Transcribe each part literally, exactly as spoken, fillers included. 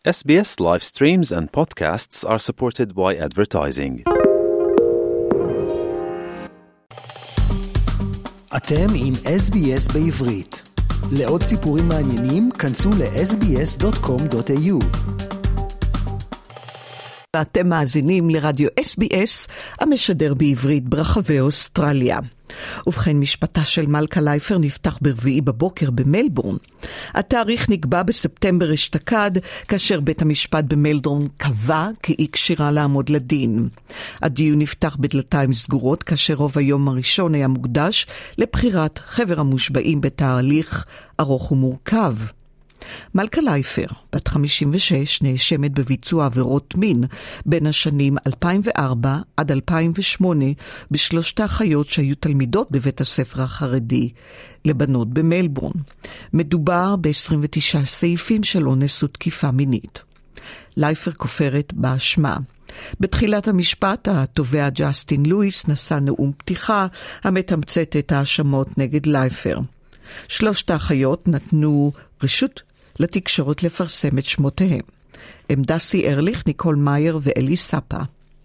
S B S live streams and podcasts are supported by advertising. אתם עם אס בי אס בעברית. לעוד סיפורים מעניינים, כנסו ל-אס בי אס דוט קום דוט איי יו. ואתם מאזינים לרדיו אס בי אס המשדר בעברית ברחבי אוסטרליה. ובכן, משפטה של מלכה לייפר נפתח ברביעי בבוקר במלבורן. התאריך נקבע בספטמבר אשתקד, כאשר בית המשפט במלבורן קבע כי היא כשירה לעמוד לדין. הדיון נפתח בדלתיים סגורות, כאשר רוב היום הראשון היה מוקדש לבחירת חבר המושבעים בתהליך ארוך ומורכב. מלכה לייפר, בת חמישים ושש, נאשמת בביצוע עבירות מין בין השנים אלפיים וארבע עד אלפיים ושמונה בשלושת האחיות שהיו תלמידות בבית הספר החרדי לבנות במלבורן. מדובר ב-עשרים ותשעה סעיפים של אונס ותקיפה מינית. לייפר כופרת באשמה. בתחילת המשפט, התובע ג'סטין לואיס נשא נאום פתיחה המתמצת את האשמות נגד לייפר. שלושת האחיות נתנו רשות לתקשורת לפרסם את שמותיהם. הם דסי ארליך, ניקול מאייר ואלי סאפה.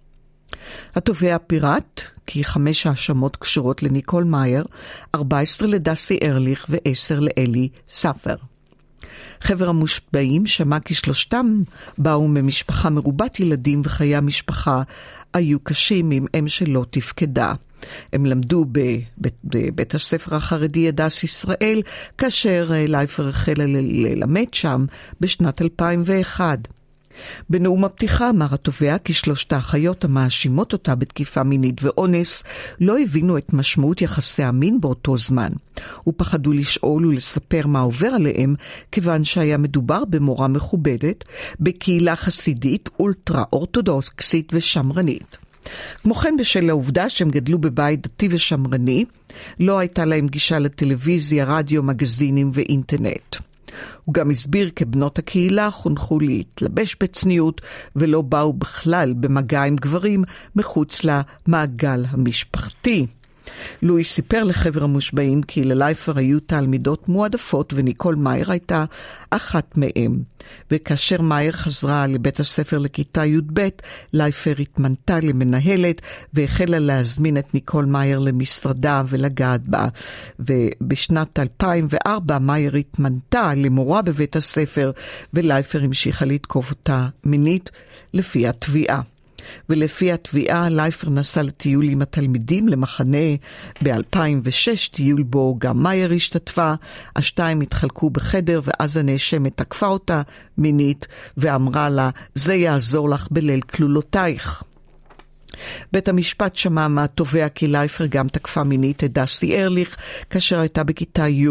התובע פירט כי חמש האשמות קשורות לניקול מאייר, ארבע עשרה לדסי ארליך ועשר לאלי סאפר. חבר המושבעים שמע כי שלושתם באו ממשפחה מרובת ילדים וחיי המשפחה היו קשים עם אם שלא תפקדה. הם למדו בבית, בבית הספר החרדי הדס ישראל, כאשר לייפר החלה ללמד שם בשנת אלפיים ואחת. בנאום הפתיחה אמר התובע כי שלושת האחיות המאשימות אותה בתקיפה מינית ואונס לא הבינו את משמעות יחסי המין באותו זמן. ופחדו לשאול ולספר מה עובר עליהם, כיוון שהיה מדובר במורה מכובדת, בקהילה חסידית אולטרה אורתודוקסית ושמרנית. כמו כן, בשל העובדה שהם גדלו בבית דתי ושמרני, לא הייתה להם גישה לטלוויזיה, רדיו, מגזינים ואינטרנט. הוא גם הסביר כי בנות הקהילה חונכו להתלבש בצניעות ולא באו בכלל במגע עם גברים מחוץ למעגל המשפחתי. לואי סיפר לחבר המושבעים כי ללייפר היו תלמידות מועדפות וניקול מאייר הייתה אחת מהם. וכאשר מאייר חזרה לבית הספר לכיתה י' ב', לייפר התמנתה למנהלת והחלה להזמין את ניקול מאייר למשרדה ולגעת בה. ובשנת אלפיים וארבע מאייר התמנתה למורה בבית הספר ולייפר המשיכה לתקוף אותה מינית לפי התביעה. ולפי התביעה, לייפר נסע לטיול עם התלמידים למחנה ב-אלפיים ושש, טיול בו גם מאייר השתתפה. השתיים התחלקו בחדר ואז הנאשמת תקפה אותה מינית ואמרה לה, זה יעזור לך בליל כלולותייך. בית המשפט שמע מהתובע כי לייפר גם תקפה מינית את דסי ארליך כאשר הייתה בכיתה י'.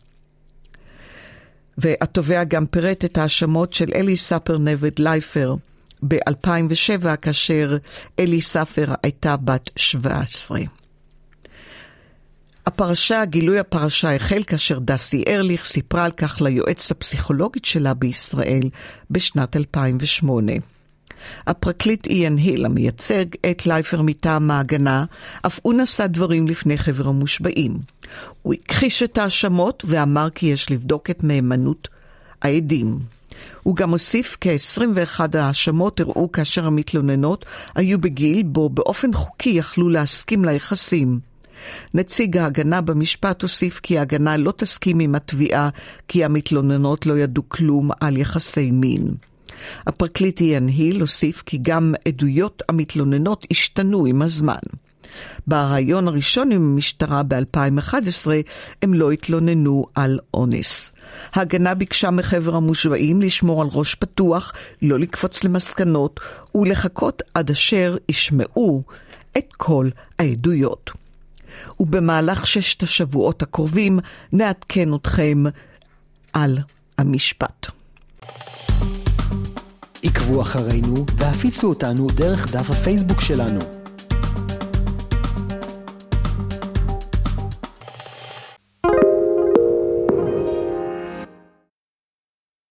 והתובע גם פירט את האשמות של אלי סאפר נגד לייפר ב-אלפיים ושבע, כאשר אלי סאפר הייתה בת שבע עשרה. הפרשה, גילוי הפרשה החל כאשר דסי ארליך סיפרה על כך ליועץ הפסיכולוגית שלה בישראל בשנת אלפיים ושמונה. הפרקליט איאן היל, המייצג את לייפר מטעם ההגנה, אף הוא נשא דברים לפני חבר המושבעים. הוא הכחיש את האשמות ואמר כי יש לבדוק את מהימנות העדים. הוא גם הוסיף כ-עשרים ואחת האשמות הראו כאשר המתלוננות היו בגיל בו באופן חוקי יכלו להסכים ליחסים. נציג ההגנה במשפט הוסיף כי ההגנה לא תסכים עם התביעה כי המתלוננות לא ידעו כלום על יחסי מין. הפרקליט איאן היל הוסיף כי גם עדויות המתלוננות השתנו עם הזמן. ברעיון הראשון עם המשטרה ב-אלפיים ואחת עשרה הם לא התלוננו על אונס. ההגנה ביקשה מחבר המושבעים לשמור על ראש פתוח, לא לקפוץ למסקנות ולחכות עד אשר ישמעו את כל העדויות. ובמהלך ששת השבועות הקרובים נעדכן אתכם על המשפט. עקבו אחרינו והפיצו אותנו דרך דף הפייסבוק שלנו.